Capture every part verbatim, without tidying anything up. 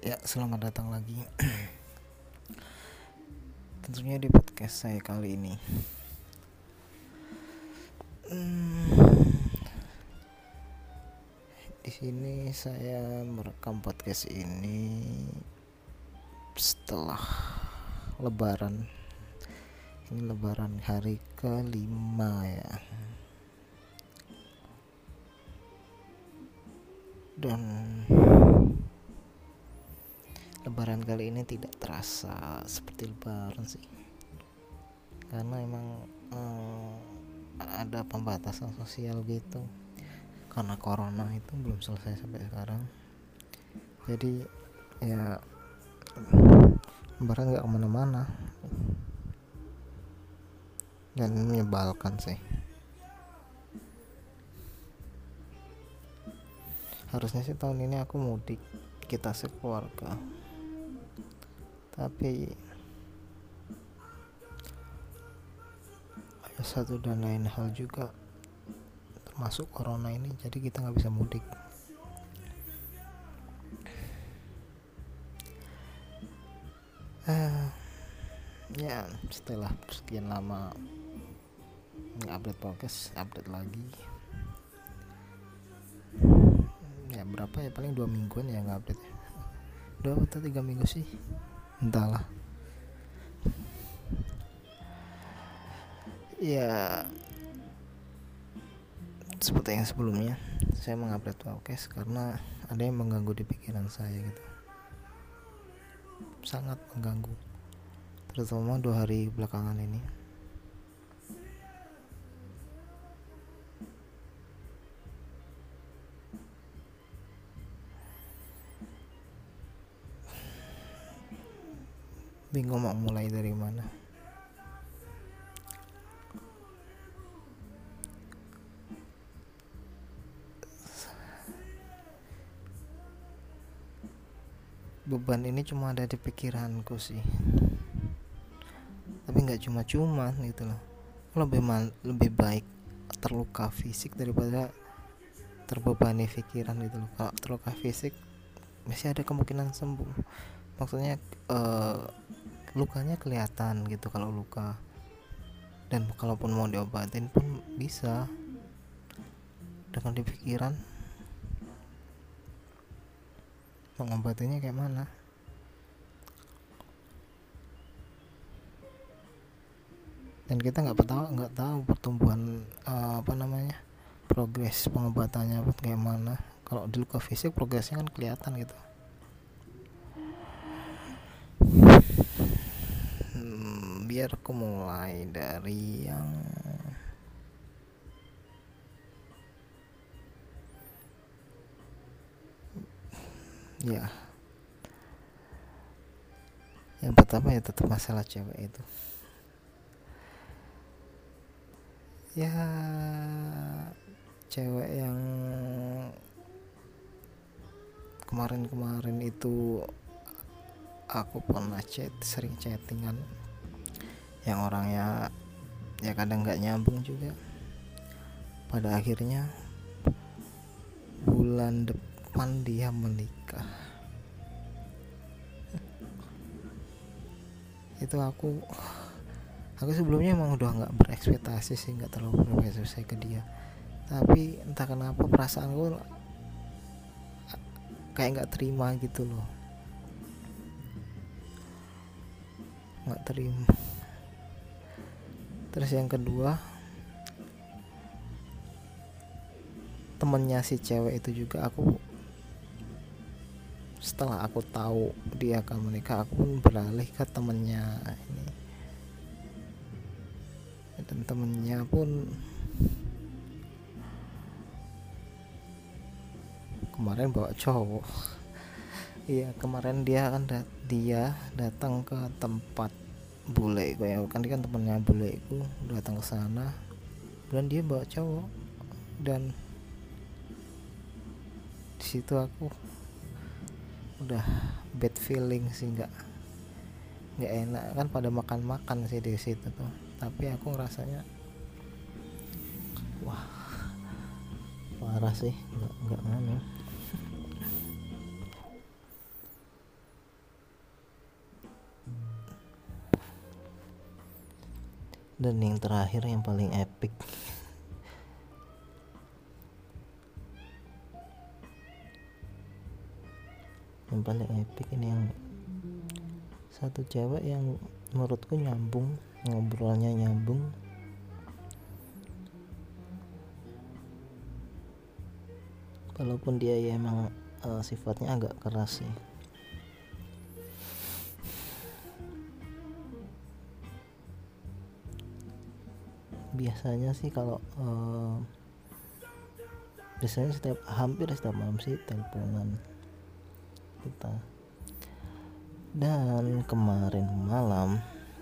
Ya, selamat datang lagi. Tentunya di podcast saya kali ini. Hmm, di sini saya merekam podcast ini setelah Lebaran. Ini Lebaran hari kelima ya. Dan Lebaran kali ini tidak terasa seperti Lebaran sih, karena emang hmm, ada pembatasan sosial gitu, karena corona itu belum selesai sampai sekarang. Jadi ya Lebaran gak kemana-mana dan menyebalkan sih. Harusnya sih tahun ini aku mudik, kita sekeluarga, tapi ada satu dan lain hal juga, termasuk corona ini, jadi kita nggak bisa mudik. Ah, ya setelah sekian lama nggak update podcast, update lagi. Ya berapa ya, paling dua mingguan ya nggak update. Dua atau tiga minggu sih, entahlah. Ya seperti yang sebelumnya, saya mengupdate podcast karena ada yang mengganggu di pikiran saya gitu, sangat mengganggu, terutama dua hari belakangan ini. Bingung mau mulai dari mana. Beban ini cuma ada di pikiranku sih, tapi nggak cuma-cuma gitu loh. Lebih mal, lebih baik terluka fisik daripada terbebani pikiran gitu loh. Kalau terluka fisik masih ada kemungkinan sembuh, maksudnya eh, lukanya kelihatan gitu kalau luka, dan kalaupun mau diobatin pun bisa. Dengan di pikiran, pengobatinya kayak mana? Dan kita nggak tahu nggak tahu pertumbuhan uh, apa namanya progres pengobatannya kayak mana. Kalau di luka fisik progresnya kan kelihatan gitu. Hmm, biar aku mulai dari yang ya yang pertama ya tetap masalah cewek itu. Ya cewek yang kemarin-kemarin itu aku pernah chat, sering chattingan, yang orangnya ya kadang nggak nyambung juga. Pada akhirnya bulan depan dia menikah. Itu aku aku sebelumnya emang udah nggak berekspektasi sih, nggak terlalu berekspektasi ke dia, tapi entah kenapa perasaan gue kayak nggak terima gitu loh, nggak terima. Terus yang kedua, temennya si cewek itu juga, aku setelah aku tahu dia akan menikah, aku pun beralih ke temennya ini, dan temennya pun kemarin bawa cowok. Iya, kemarin dia kan dat- dia datang ke tempat bule gue ya, kan dia kan temennya bule itu datang ke sana, dan dia bawa cowok. Dan di situ aku udah bad feeling sih, nggak nggak enak kan, pada makan-makan sih di situ tuh, tapi aku ngerasanya wah parah sih, nggak nggak anu. Dan yang terakhir yang paling epic, yang paling epic ini yang satu cewek yang menurutku nyambung, ngobrolnya nyambung, walaupun dia ya emang uh, sifatnya agak keras sih. Biasanya sih kalau uh, biasanya setiap hampir setiap malam sih teleponan kita. Dan kemarin malam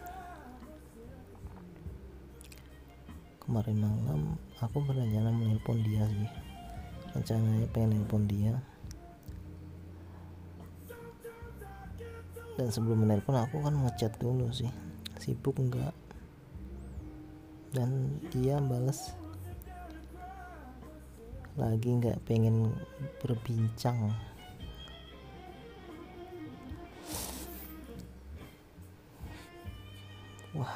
kemarin malam aku berencana menelpon dia sih, rencananya pengen nelpon dia. Dan sebelum menelpon aku kan ngechat dulu sih, sibuk enggak, dan dia balas lagi nggak pengen berbincang. Wah,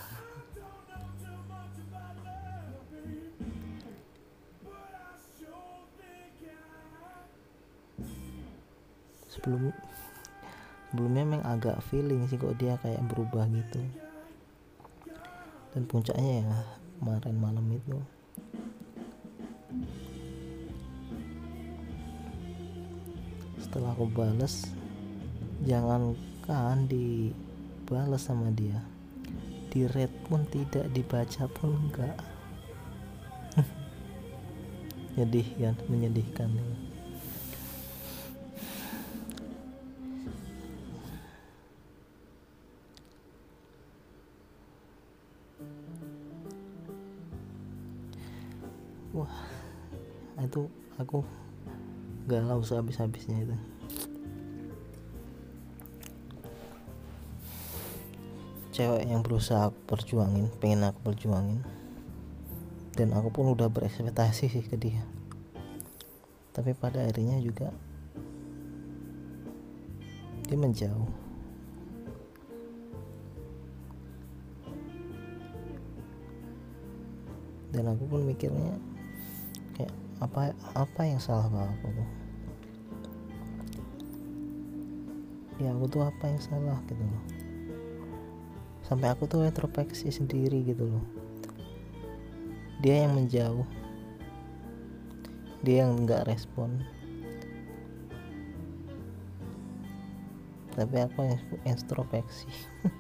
sebelum sebelumnya memang agak feeling sih kok dia kayak berubah gitu. Dan puncaknya ya kemarin malam itu setelah aku balas, jangankan dibalas sama dia, di read pun tidak, dibaca pun enggak. Menyedihkan, menyedihkan. Wah, itu aku galau sehabis-habisnya itu. Cewek yang berusaha aku perjuangin, pengen aku perjuangin, dan aku pun udah berekspektasi sih ke dia, tapi pada akhirnya juga dia menjauh. Dan aku pun mikirnya kayak apa apa yang salah sama aku tuh, ya aku tuh apa yang salah gitu loh, sampai aku tuh introspeksi sendiri gitu loh. Dia yang menjauh, dia yang nggak respon, tapi aku yang introspeksi.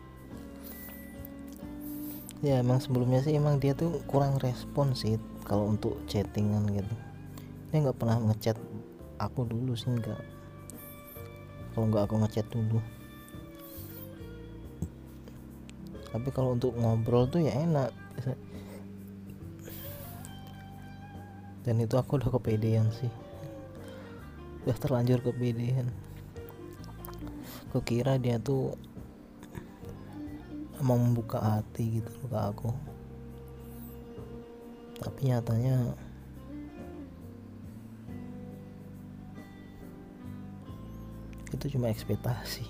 Ya emang sebelumnya sih emang dia tuh kurang respon sih kalau untuk chattingan gitu. Dia nggak pernah ngechat aku dulu sih, nggak. Kalau nggak aku ngechat dulu. Tapi kalau untuk ngobrol tuh ya enak. Dan itu aku udah kepedean sih, udah terlanjur kepedean. Aku kira dia tuh mau membuka hati gitu loh ke aku, tapi nyatanya itu cuma ekspektasi.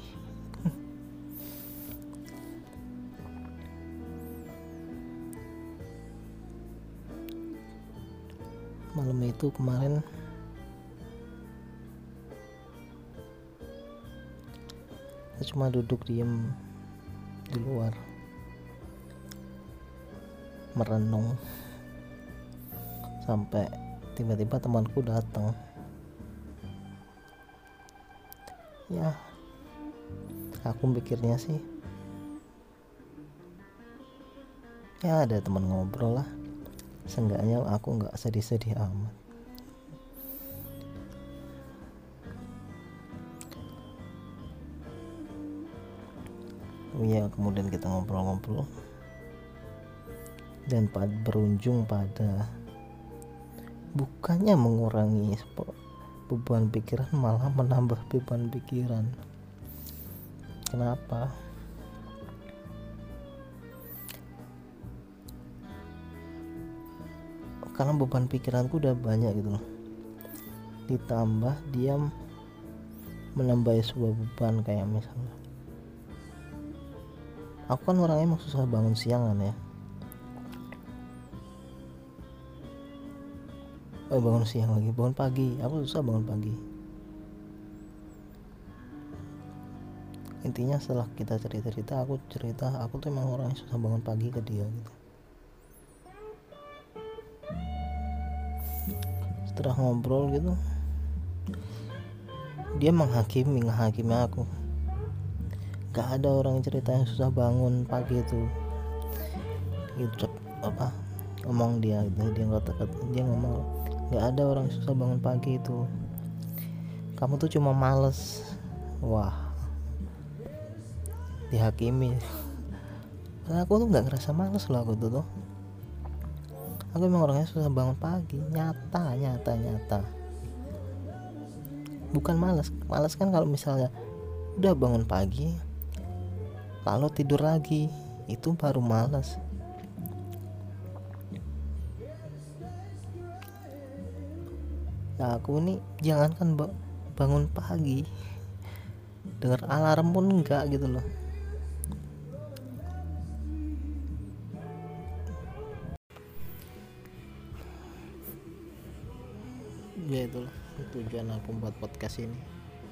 Malam itu kemarin saya cuma duduk diem di luar merenung sampai tiba-tiba temanku datang. Ya aku pikirnya sih ya ada teman ngobrol lah, seenggaknya aku nggak sedih-sedih amat. Ya kemudian kita ngobrol-ngobrol dan pad berujung pada bukannya mengurangi beban pikiran, malah menambah beban pikiran. Kenapa? Karena beban pikiranku udah banyak gitu loh, ditambah dia menambah sebuah beban. Kayak misalnya aku kan orangnya emang susah bangun siang kan ya, eh bangun siang lagi, bangun pagi. Aku susah bangun pagi. Intinya setelah kita cerita-cerita, aku cerita aku tuh emang orangnya susah bangun pagi ke dia gitu. Setelah ngobrol gitu, dia menghakimi menghakimi aku. Gak ada orang yang cerita yang susah bangun pagi itu. Gitu apa ngomong dia gitu, dia kata dia ngomong gak ada orang yang susah bangun pagi itu, kamu tuh cuma males. Wah, dihakimi. Karena aku tuh nggak ngerasa males loh, aku tuh, tuh aku emang orangnya susah bangun pagi, nyata nyata nyata bukan males. Males kan kalau misalnya udah bangun pagi lalu tidur lagi, itu baru males. Nah, aku ini jangankan bangun pagi, dengar alarm pun enggak gitu loh. Ya itulah tujuan aku buat podcast ini.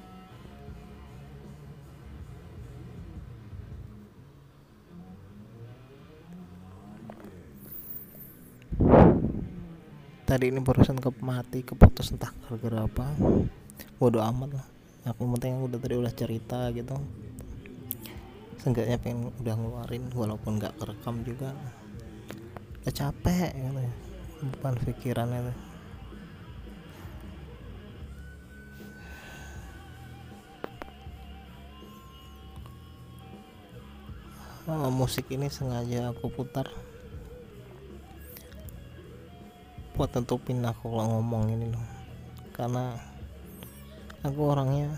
Tadi ini barusan ke mati keputus entah gara-gara apa, bodo amat lah. Aku penting aku udah tadi udah cerita gitu, seenggaknya pengen udah ngeluarin walaupun nggak kerekam juga. Udah capek gitu ya, beban pikiran itu. Oh, musik ini sengaja aku putar buat tutupin aku kalau ngomong ini loh, karena aku orangnya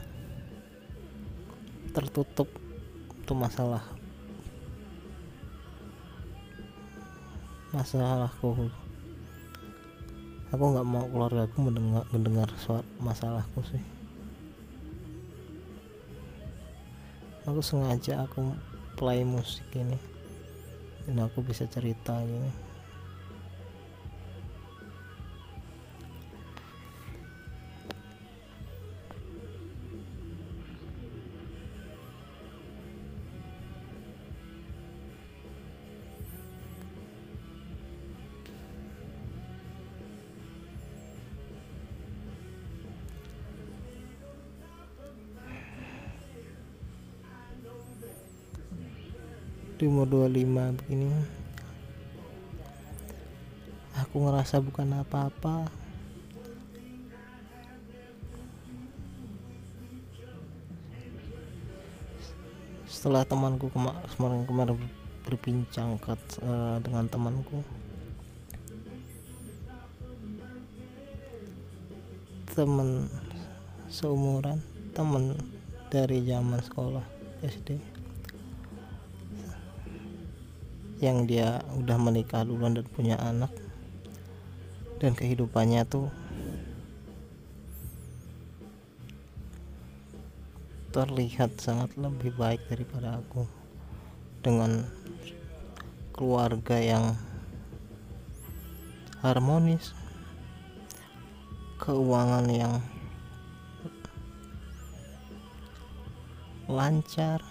tertutup tuh masalah masalahku. Aku nggak mau keluarga aku mendengar mendengar suara masalahku sih. Aku sengaja aku play musik ini dan aku bisa cerita gini. Di umur dua puluh lima begini aku ngerasa bukan apa-apa. Setelah temanku kema- kemarin kemarin berbincang ke, uh, dengan temanku, temen seumuran, temen dari zaman sekolah S D, yang dia udah menikah duluan dan punya anak, dan kehidupannya tuh terlihat sangat lebih baik daripada aku, dengan keluarga yang harmonis, keuangan yang lancar,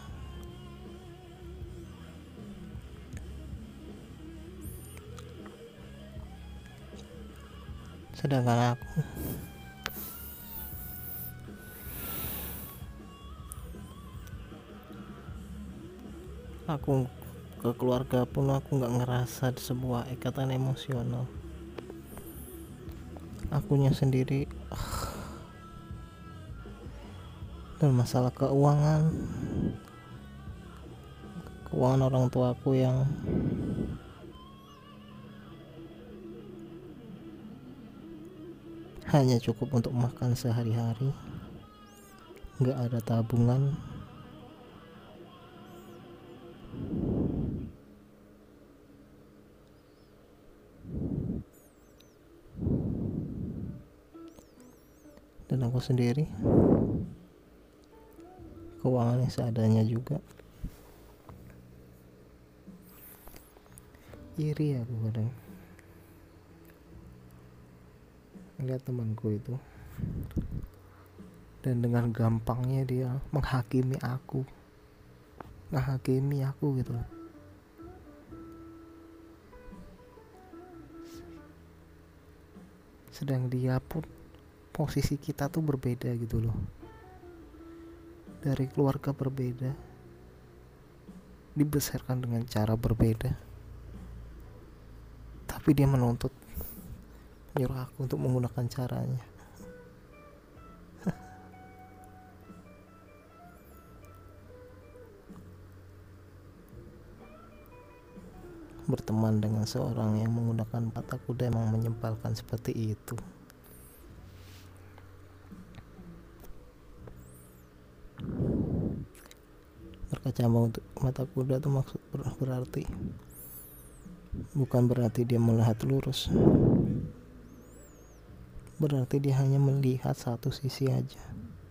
sedangkan aku aku ke keluarga pun aku nggak ngerasa sebuah ikatan emosional. Akunya sendiri dan masalah keuangan keuangan orang tuaku yang hanya cukup untuk makan sehari-hari, nggak ada tabungan. Dan aku sendiri keuangannya seadanya juga. Iri aku kadang. Lihat temanku itu, dan dengan gampangnya dia menghakimi aku, menghakimi aku gitu loh. Sedang dia pun posisi kita tuh berbeda gitu loh, dari keluarga berbeda, dibesarkan dengan cara berbeda, tapi dia menuntut, nyuruh aku untuk menggunakan caranya. Berteman dengan seorang yang menggunakan mata kuda emang menyebalkan seperti itu. Berkacamata untuk mata kuda itu maksud berarti bukan berarti dia melihat lurus, berarti dia hanya melihat satu sisi aja.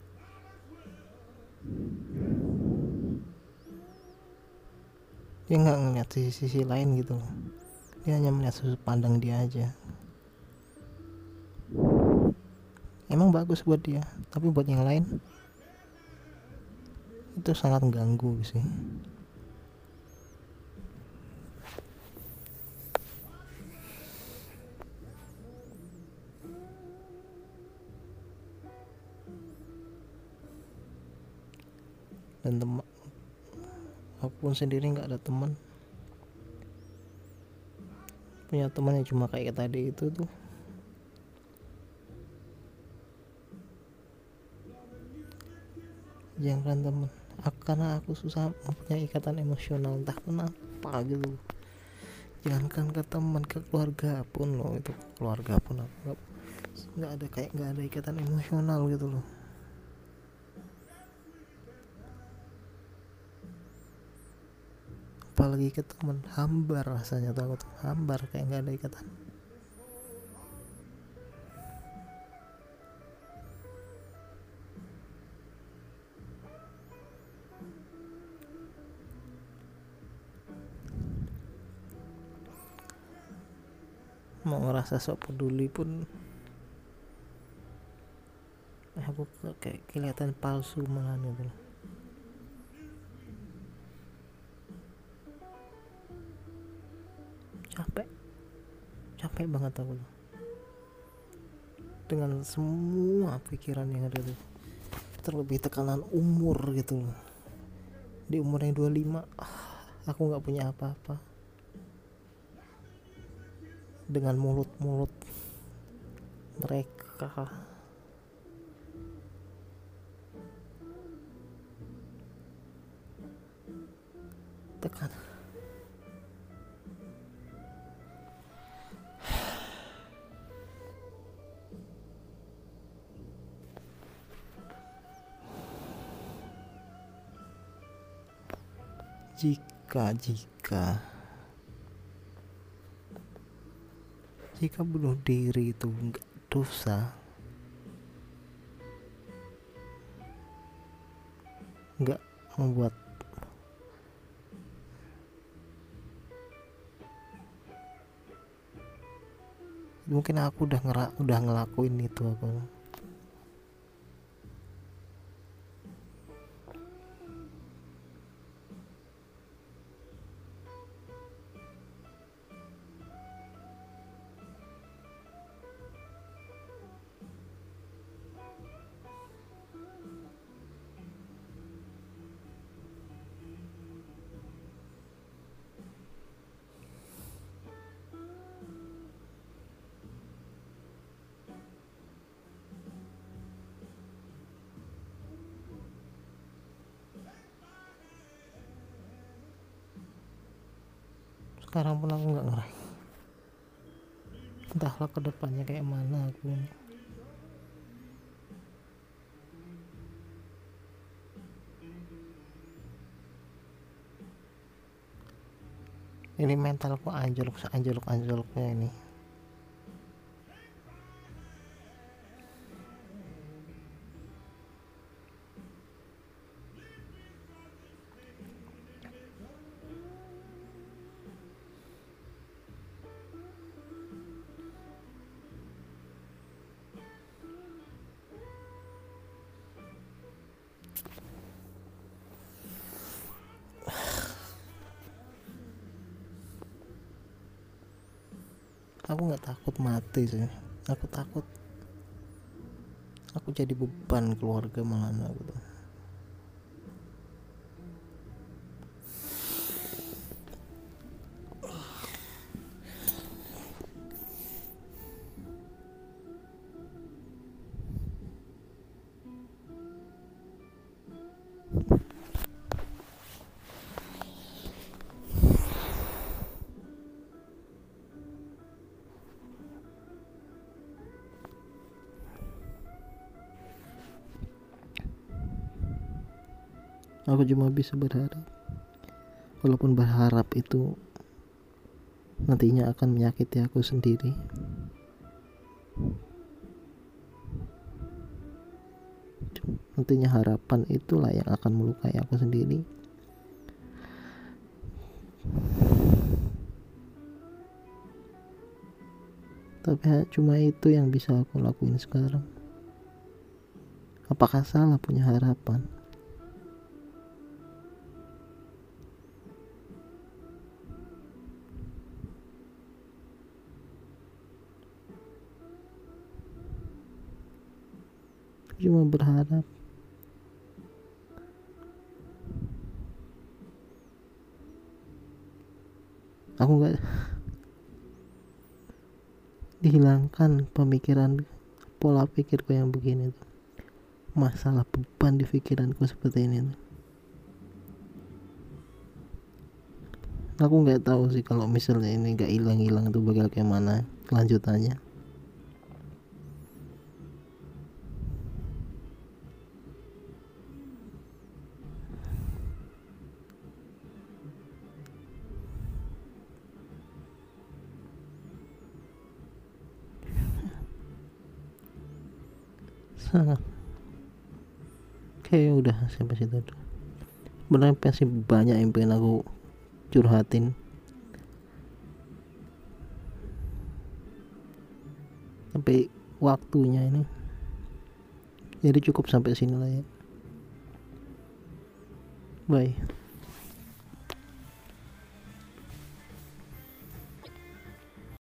Dia nggak ngeliat sisi-sisi lain gitu loh. Dia hanya melihat sudut pandang dia aja. Emang bagus buat dia, tapi buat yang lain itu sangat mengganggu sih. Dan teman, aku pun sendiri nggak ada teman, punya teman yang cuma kayak tadi itu tuh. Jangan teman, aku, karena aku susah mempunyai ikatan emosional entah kenapa gitu. Jangankan ke teman, ke keluarga pun loh, itu keluarga pun aku nggak ada, kayak nggak ada ikatan emosional gitu loh. Apalagi ke teman, hambar rasanya tuh, aku tuh hambar, kayak nggak ada ikatan. Mau ngerasa sok peduli pun aku kayak kelihatan palsu malah gitu loh. Capek, capek banget aku loh dengan semua pikiran yang ada tuh, terlebih tekanan umur gitu loh. Di umur yang dua puluh lima, aku nggak punya apa-apa. Dengan mulut-mulut mereka tekan. Jika jika jika bunuh diri itu nggak dosa, nggak membuat mungkin aku udah ngera, udah ngelakuin itu aku. Sekarang pun aku nggak ngerti, entahlah kedepannya kayak mana aku. Ini mentalku anjlok, anjlok anjloknya ini. Aku nggak takut mati sih, aku takut aku jadi beban keluarga malah aku tuh. Aku cuma bisa berharap, walaupun berharap itu nantinya akan menyakiti aku sendiri. Nantinya harapan itulah yang akan melukai aku sendiri. Tapi cuma itu yang bisa aku lakuin sekarang. Apakah salah punya harapan? Cuma berharap. Aku gak dihilangkan pemikiran, pola pikirku yang begini tuh. Masalah beban di pikiranku seperti ini tuh. Aku nggak tahu sih kalau misalnya ini nggak hilang-hilang tuh bakal kayak mana kelanjutannya. Sangat. Oke, udah sampai situ tuh. Sebenarnya pasti banyak yang pengen aku curhatin, tapi waktunya ini jadi cukup sampai sini lah ya. Bye.